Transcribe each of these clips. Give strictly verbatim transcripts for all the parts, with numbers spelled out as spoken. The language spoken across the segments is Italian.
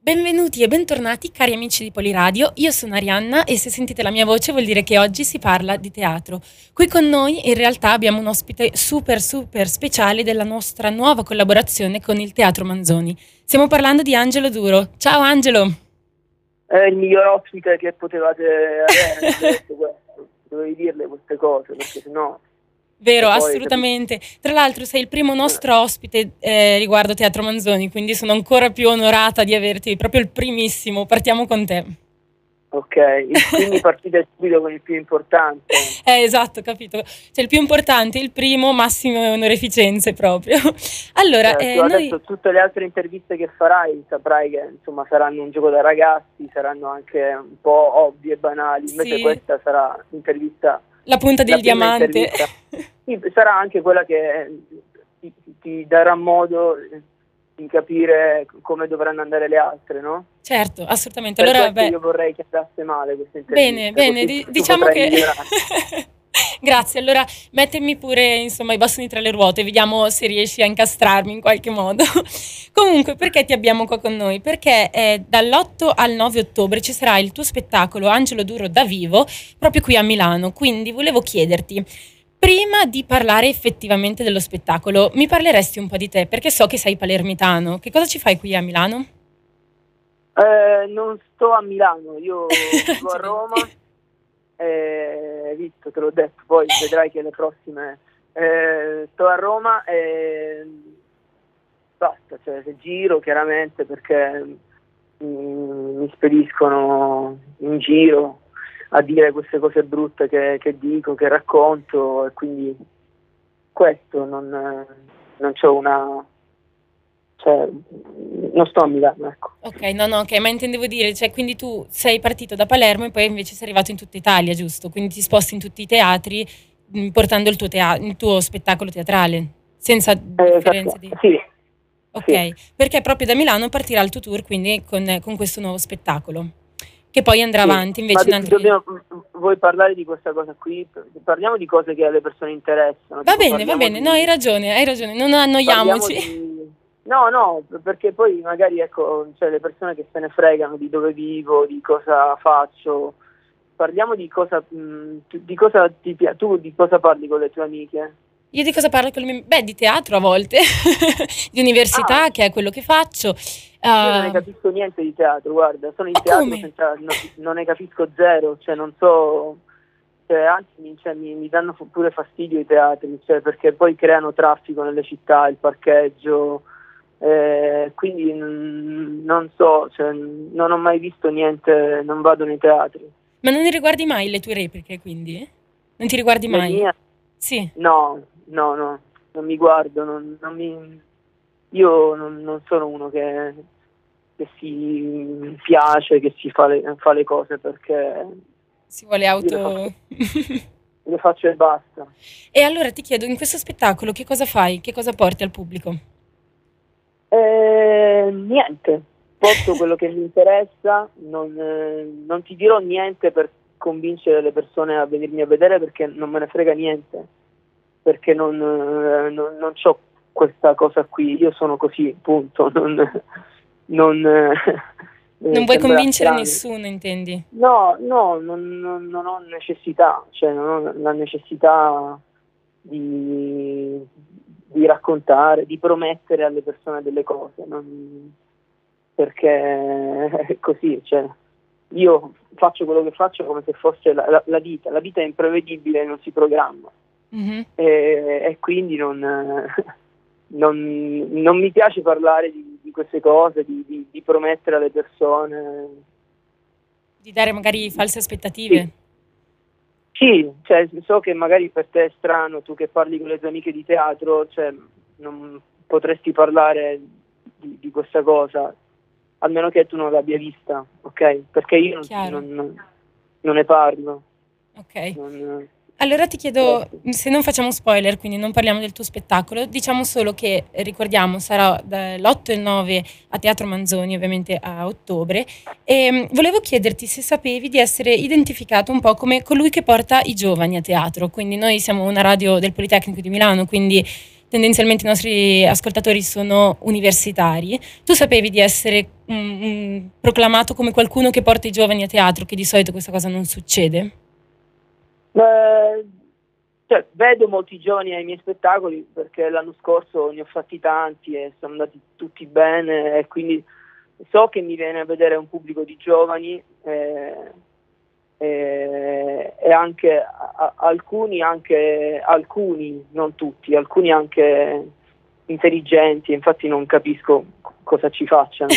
Benvenuti e bentornati cari amici di Poliradio, io sono Arianna e se sentite la mia voce vuol dire che oggi si parla di teatro. Qui con noi in realtà abbiamo un ospite super super speciale della nostra nuova collaborazione con il Teatro Manzoni. Stiamo parlando di Angelo Duro. Ciao Angelo! È il miglior ospite che potevate avere, questo, questo. Dovevi dirle queste cose perché sennò... Vero, poi, assolutamente. Tra l'altro sei il primo nostro ospite eh, riguardo Teatro Manzoni, quindi sono ancora più onorata di averti, proprio il primissimo. Partiamo con te. Ok, quindi partite subito con il più importante. Eh, esatto, capito. Cioè il più importante, il primo, massimo onorificenze proprio. Allora, Certo, eh, adesso noi... tutte le altre interviste che farai saprai che insomma saranno un gioco da ragazzi, saranno anche un po' ovvie e banali, invece Sì. questa sarà l'intervista... La punta del la prima diamante. intervista. Sì, sarà anche quella che ti, ti darà modo di capire come dovranno andare le altre, no? Certo, assolutamente. Per Allora, questo beh, io vorrei che andasse male questa intervista. bene, bene, così di- tu diciamo potrai che... migliorare. Grazie, allora mettimi pure insomma i bastoni tra le ruote, vediamo se riesci a incastrarmi in qualche modo. Comunque, perché ti abbiamo qua con noi? Perché eh, dall'otto al nove ottobre ci sarà il tuo spettacolo Angelo Duro da vivo proprio qui a Milano, quindi volevo chiederti, prima di parlare effettivamente dello spettacolo, mi parleresti un po' di te? Perché so che sei palermitano, che cosa ci fai qui a Milano? Eh, non sto a Milano, io vivo a Roma. Eh, visto, te l'ho detto, poi vedrai che le prossime eh, sto a Roma e basta, cioè se giro chiaramente perché mm, mi spediscono in giro a dire queste cose brutte che, che dico, che racconto e quindi questo non, non c'ho una... cioè non sto a Milano, ecco. Ok, no, no, ok, ma intendevo dire, cioè, quindi tu sei partito da Palermo e poi invece sei arrivato in tutta Italia, giusto? Quindi ti sposti in tutti i teatri mh, portando il tuo, tea- il tuo spettacolo teatrale, senza Eh, differenze esatto. di... Sì, Ok, sì. perché proprio da Milano partirà il tuo tour, quindi con, con questo nuovo spettacolo, che poi andrà Sì, avanti ma invece in di- altri... dobbiamo, vuoi parlare di questa cosa qui? Parliamo di cose che alle persone interessano. Va Tipo bene, va parliamo bene, no, di, hai ragione, hai ragione, non parliamo annoiamoci. di... No, no, perché poi magari ecco, cioè, le persone che se ne fregano di dove vivo, di cosa faccio. Parliamo di cosa, mh, tu- di cosa ti piace. Tu di cosa parli con le tue amiche? Io di cosa parlo con le mie... Beh, di teatro a volte, di Ah, università, che è quello che faccio. io non ne Uh, capisco niente di teatro, guarda, sono in ma teatro come? senza, no- non ne capisco zero, cioè non so, cioè, anzi mi, cioè, mi, mi danno fu- pure fastidio i teatri, cioè, perché poi creano traffico nelle città, il parcheggio, eh, quindi mm, non so, cioè, non ho mai visto niente, non vado nei teatri. Ma non ne riguardi mai le tue repliche, quindi? Non ti riguardi Le mai? mie? Sì. No, no, no, non mi guardo, non, non mi, io non, non sono uno che, che si piace, che si fa le, fa le cose perché Si vuole io le auto... faccio, le faccio e basta. E allora ti chiedo, in questo spettacolo che cosa fai? Che cosa porti al pubblico? Eh, niente, porto quello che mi interessa, non, eh, non ti dirò niente per convincere le persone a venirmi a vedere perché non me ne frega niente, perché non, eh, non, non ho questa cosa qui, io sono così, punto, non, non, eh, Non eh, vuoi sembra convincere strano. nessuno, intendi? No, no, non, non- non ho necessità, cioè non ho la necessità di, di raccontare, di promettere alle persone delle cose, non- perché è così, cioè, io faccio quello che faccio come se fosse la, la- la vita, la vita è imprevedibile e non si programma Mhm. e, e quindi non, non, non mi piace parlare di, di queste cose, di, di- di promettere alle persone. Di dare magari false aspettative? Sì, cioè, so che magari per te è strano, tu che parli con le tue amiche di teatro, cioè, non potresti parlare di, di questa cosa, almeno che tu non l'abbia vista, ok? Perché io non, Chiaro. non- non ne parlo. Ok. non- Allora ti chiedo, se non facciamo spoiler, quindi non parliamo del tuo spettacolo, diciamo solo che, eh, ricordiamo, sarà dall'otto e il nove a Teatro Manzoni, ovviamente a ottobre, e mh, volevo chiederti se sapevi di essere identificato un po' come colui che porta i giovani a teatro, quindi noi siamo una radio del Politecnico di Milano, quindi tendenzialmente i nostri ascoltatori sono universitari. Tu sapevi di essere mm, mm, proclamato come qualcuno che porta i giovani a teatro, che di solito questa cosa non succede? Beh, cioè, vedo molti giovani ai miei spettacoli perché l'anno scorso ne ho fatti tanti e sono andati tutti bene, e quindi so che mi viene a vedere un pubblico di giovani, eh, e, e anche a, alcuni, anche alcuni, non tutti, alcuni anche intelligenti, infatti non capisco cosa ci facciano.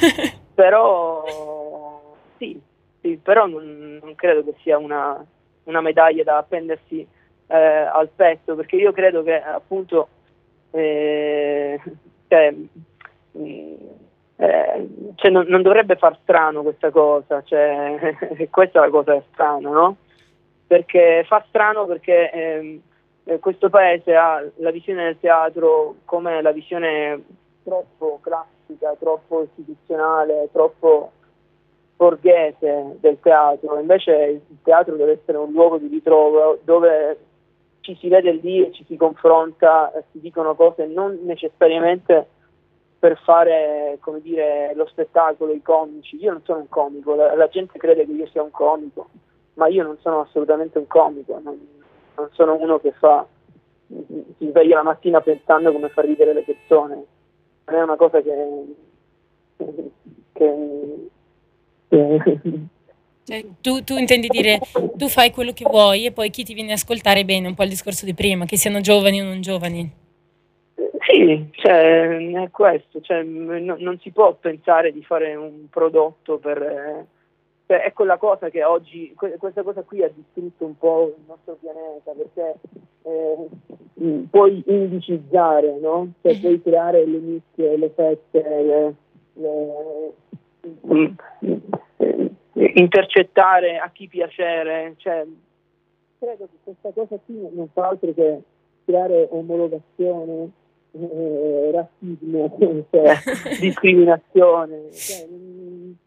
Però sì, sì, però non, non credo che sia una, una medaglia da appendersi eh, al petto, perché io credo che appunto eh, cioè, mh, eh, cioè non, non dovrebbe far strano questa cosa, cioè, questa è la cosa strana, no? Perché fa strano perché ehm, eh, questo paese ha la visione del teatro come la visione troppo classica, troppo istituzionale, troppo borghese del teatro. Invece il teatro deve essere un luogo di ritrovo dove ci si vede lì e ci si confronta, e si dicono cose non necessariamente per fare, come dire, lo spettacolo, i comici. Io non sono un comico, la, la gente crede che io sia un comico, ma io non sono assolutamente un comico, non, non sono uno che fa, si sveglia la mattina pensando come far ridere le persone. Non è una cosa che, che, che Cioè, tu, tu intendi dire, tu fai quello che vuoi e poi chi ti viene a ascoltare bene, un po' il discorso di prima, che siano giovani o non giovani. Sì, cioè, è questo, cioè, no, non si può pensare di fare un prodotto per... Eh, cioè, è quella cosa che oggi, que- questa cosa qui ha distrutto un po' il nostro pianeta, perché eh, puoi indicizzare, no? Cioè, puoi creare le nicchie, le fette, le, le, mm, eh, intercettare a chi piacere, cioè, credo che questa cosa qui non fa altro che creare omologazione, eh, razzismo, cioè, discriminazione. Cioè, non...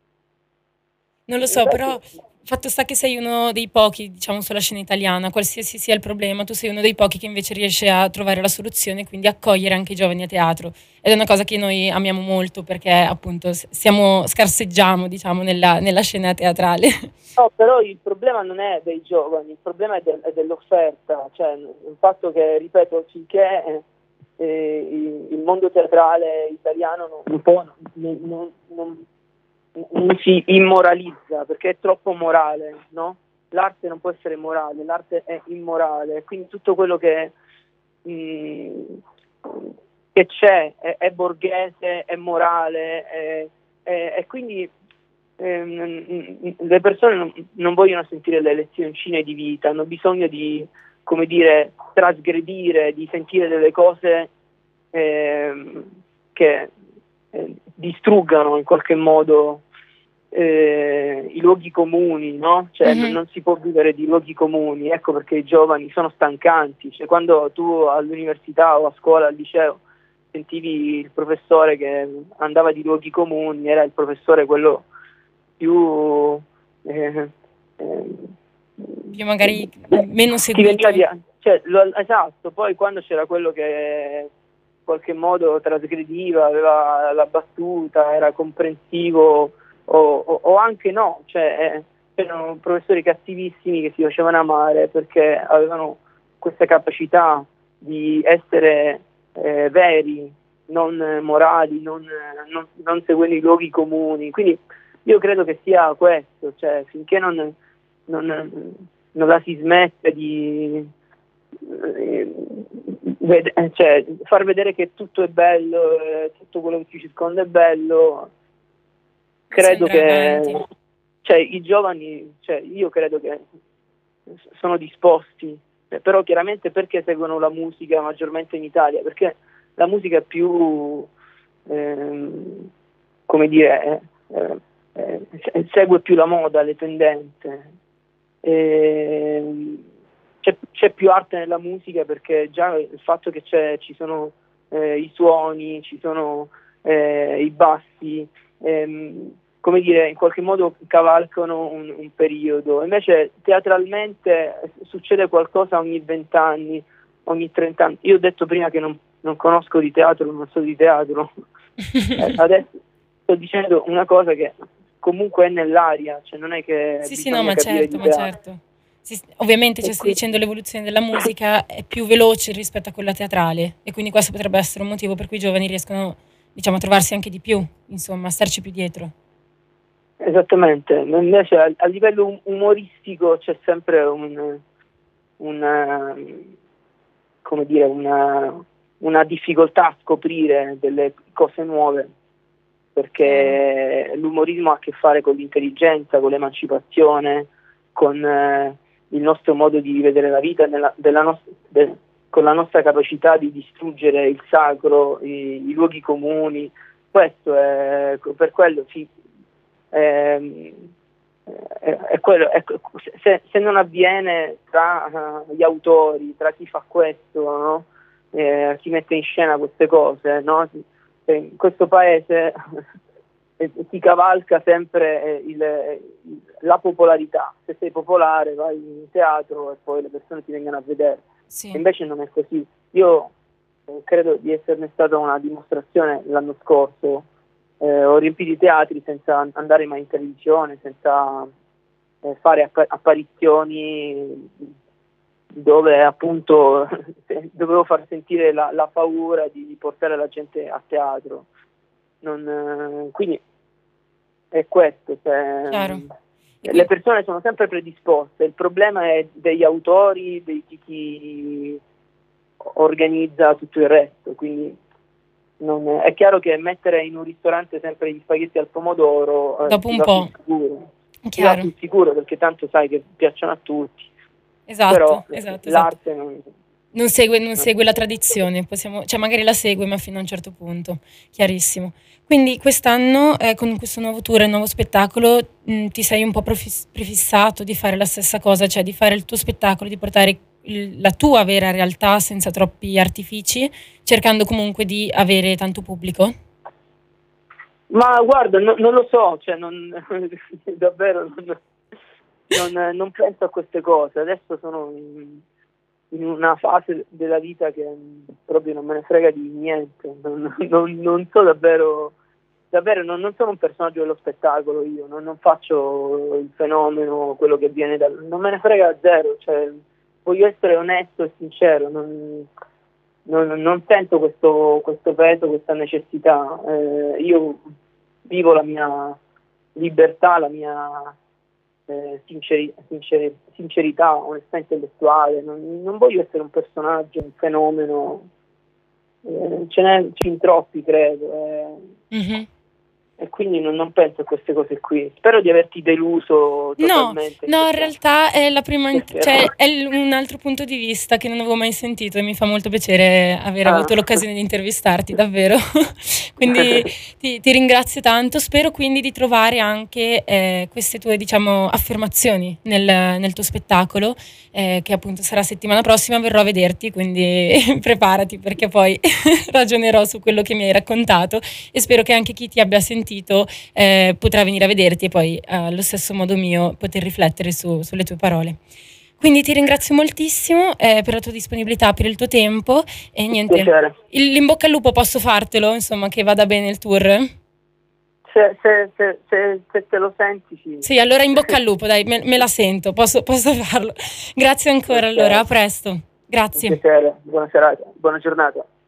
Non lo so, però fatto sta che sei uno dei pochi, diciamo, sulla scena italiana, qualsiasi sia il problema, tu sei uno dei pochi che invece riesce a trovare la soluzione, quindi accogliere anche i giovani a teatro. Ed è una cosa che noi amiamo molto perché appunto siamo, scarseggiamo, diciamo, nella, nella scena teatrale. No, però il problema non è dei giovani, il problema è, del, è dell'offerta, cioè il fatto che, ripeto, finché eh, il, il mondo teatrale italiano non, non, può, non, non, non non si immoralizza perché è troppo morale, no? L'arte non può essere morale, l'arte è immorale, quindi tutto quello che, mh, che c'è è, è borghese, è morale, è, è, e quindi ehm, le persone non, non vogliono sentire le lezioncine di vita, hanno bisogno di, come dire, trasgredire, di sentire delle cose ehm, che eh, distruggano in qualche modo eh, i luoghi comuni, no? Cioè Mm-hmm. non, non si può vivere di luoghi comuni, ecco perché i giovani sono stancanti, cioè quando tu all'università o a scuola, al liceo, sentivi il professore che andava di luoghi comuni, era il professore quello più... Eh, eh, Più magari meno seguito. Di, cioè, lo, esatto, poi quando c'era quello che in qualche modo trasgrediva, aveva la battuta, era comprensivo o, o, o anche no, cioè eh, c'erano professori cattivissimi che si facevano amare perché avevano questa capacità di essere eh, veri, non morali, non, non, non seguendo i luoghi comuni, quindi io credo che sia questo, cioè finché non, non, non la si smette di eh, ved- cioè, far vedere che tutto è bello, eh, tutto quello che ci circonda è bello, credo che cioè, i giovani, cioè, io credo che sono disposti, però chiaramente perché seguono la musica maggiormente in Italia? Perché la musica è più, ehm, come dire, eh, eh, segue più la moda, le tendenze. Eh, c'è, c'è più arte nella musica perché già il fatto che c'è, ci sono eh, i suoni, ci sono eh, i bassi, ehm, come dire, in qualche modo cavalcano un, un periodo. Invece teatralmente succede qualcosa ogni vent'anni, ogni trenta anni. Io ho detto prima che non, non conosco di teatro, non so di teatro. eh, adesso sto dicendo una cosa che comunque è nell'aria, cioè non è che sì sì no ma certo, ma certo. Sì, ovviamente cioè, sto qui... dicendo l'evoluzione della musica è più veloce rispetto a quella teatrale e quindi questo potrebbe essere un motivo per cui i giovani riescono, diciamo, a trovarsi anche di più, insomma, a starci più dietro. Esattamente, invece a, a livello umoristico c'è sempre un, una, come dire, una, una difficoltà a scoprire delle cose nuove, perché l'umorismo ha a che fare con l'intelligenza, con l'emancipazione, con eh, il nostro modo di vedere la vita, nella, della nost- de- con la nostra capacità di distruggere il sacro, i, i luoghi comuni. Questo è per quello sì, è, è, è quello, è, se, se non avviene tra uh, gli autori, tra chi fa questo, no? eh, chi mette in scena queste cose, no? In questo paese si cavalca sempre il, la popolarità. Se sei popolare vai in teatro e poi le persone ti vengono a vedere. Sì. Invece non è così. Io eh, credo di esserne stata una dimostrazione l'anno scorso. Eh, ho riempito i teatri senza andare mai in televisione, senza eh, fare app- apparizioni dove appunto dovevo far sentire la, la paura di portare la gente a teatro. Non, eh, quindi è questo, cioè, le persone sono sempre predisposte, il problema è degli autori, di chi organizza tutto il resto, quindi non è, è chiaro che mettere in un ristorante sempre gli spaghetti al pomodoro dopo eh, un po' sicuro, ti va sul sicuro perché tanto sai che piacciono a tutti. Esatto, però esatto, l'arte esatto. non, non segue, non segue la tradizione, possiamo, cioè magari la segue ma fino a un certo punto, chiarissimo. Quindi quest'anno eh, con questo nuovo tour e nuovo spettacolo mh, ti sei un po' prefis- prefissato di fare la stessa cosa, cioè di fare il tuo spettacolo, di portare il, la tua vera realtà senza troppi artifici, cercando comunque di avere tanto pubblico? Ma guarda, no, non lo so, cioè non, davvero non, non, non penso a queste cose. Adesso sono in, in una fase della vita che proprio non me ne frega di niente, non, non, non so davvero, davvero non, non sono un personaggio dello spettacolo io, non, non faccio il fenomeno, quello che viene da... non me ne frega zero, cioè voglio essere onesto e sincero, non, non, non sento questo, questo peso, questa necessità, eh, io vivo la mia libertà, la mia eh, sinceri, sinceri, sincerità, onestà intellettuale, non, non voglio essere un personaggio, un fenomeno, eh, ce n'è in troppi credo, eh. Mm-hmm. E quindi non, non penso a queste cose qui. Spero di averti deluso totalmente. No, no, in realtà è la prima, cioè è un altro punto di vista che non avevo mai sentito e mi fa molto piacere aver ah. avuto l'occasione di intervistarti, davvero. Quindi ti, ti ringrazio tanto. Spero quindi di trovare anche eh, queste tue, diciamo, affermazioni nel, nel tuo spettacolo, eh, che appunto sarà settimana prossima, verrò a vederti, quindi preparati perché poi ragionerò su quello che mi hai raccontato e spero che anche chi ti abbia sentito Eh, potrà venire a vederti e poi eh, allo stesso modo mio poter riflettere su, sulle tue parole. Quindi ti ringrazio moltissimo eh, per la tua disponibilità, per il tuo tempo e niente, il, l'in bocca al lupo posso fartelo, insomma, che vada bene il tour? Se, se, se, se, se te lo senti sì. Sì, allora in bocca al lupo, dai, me, me la sento, posso, posso farlo. Grazie ancora, allora, a presto. Grazie. Buona serata, buona giornata.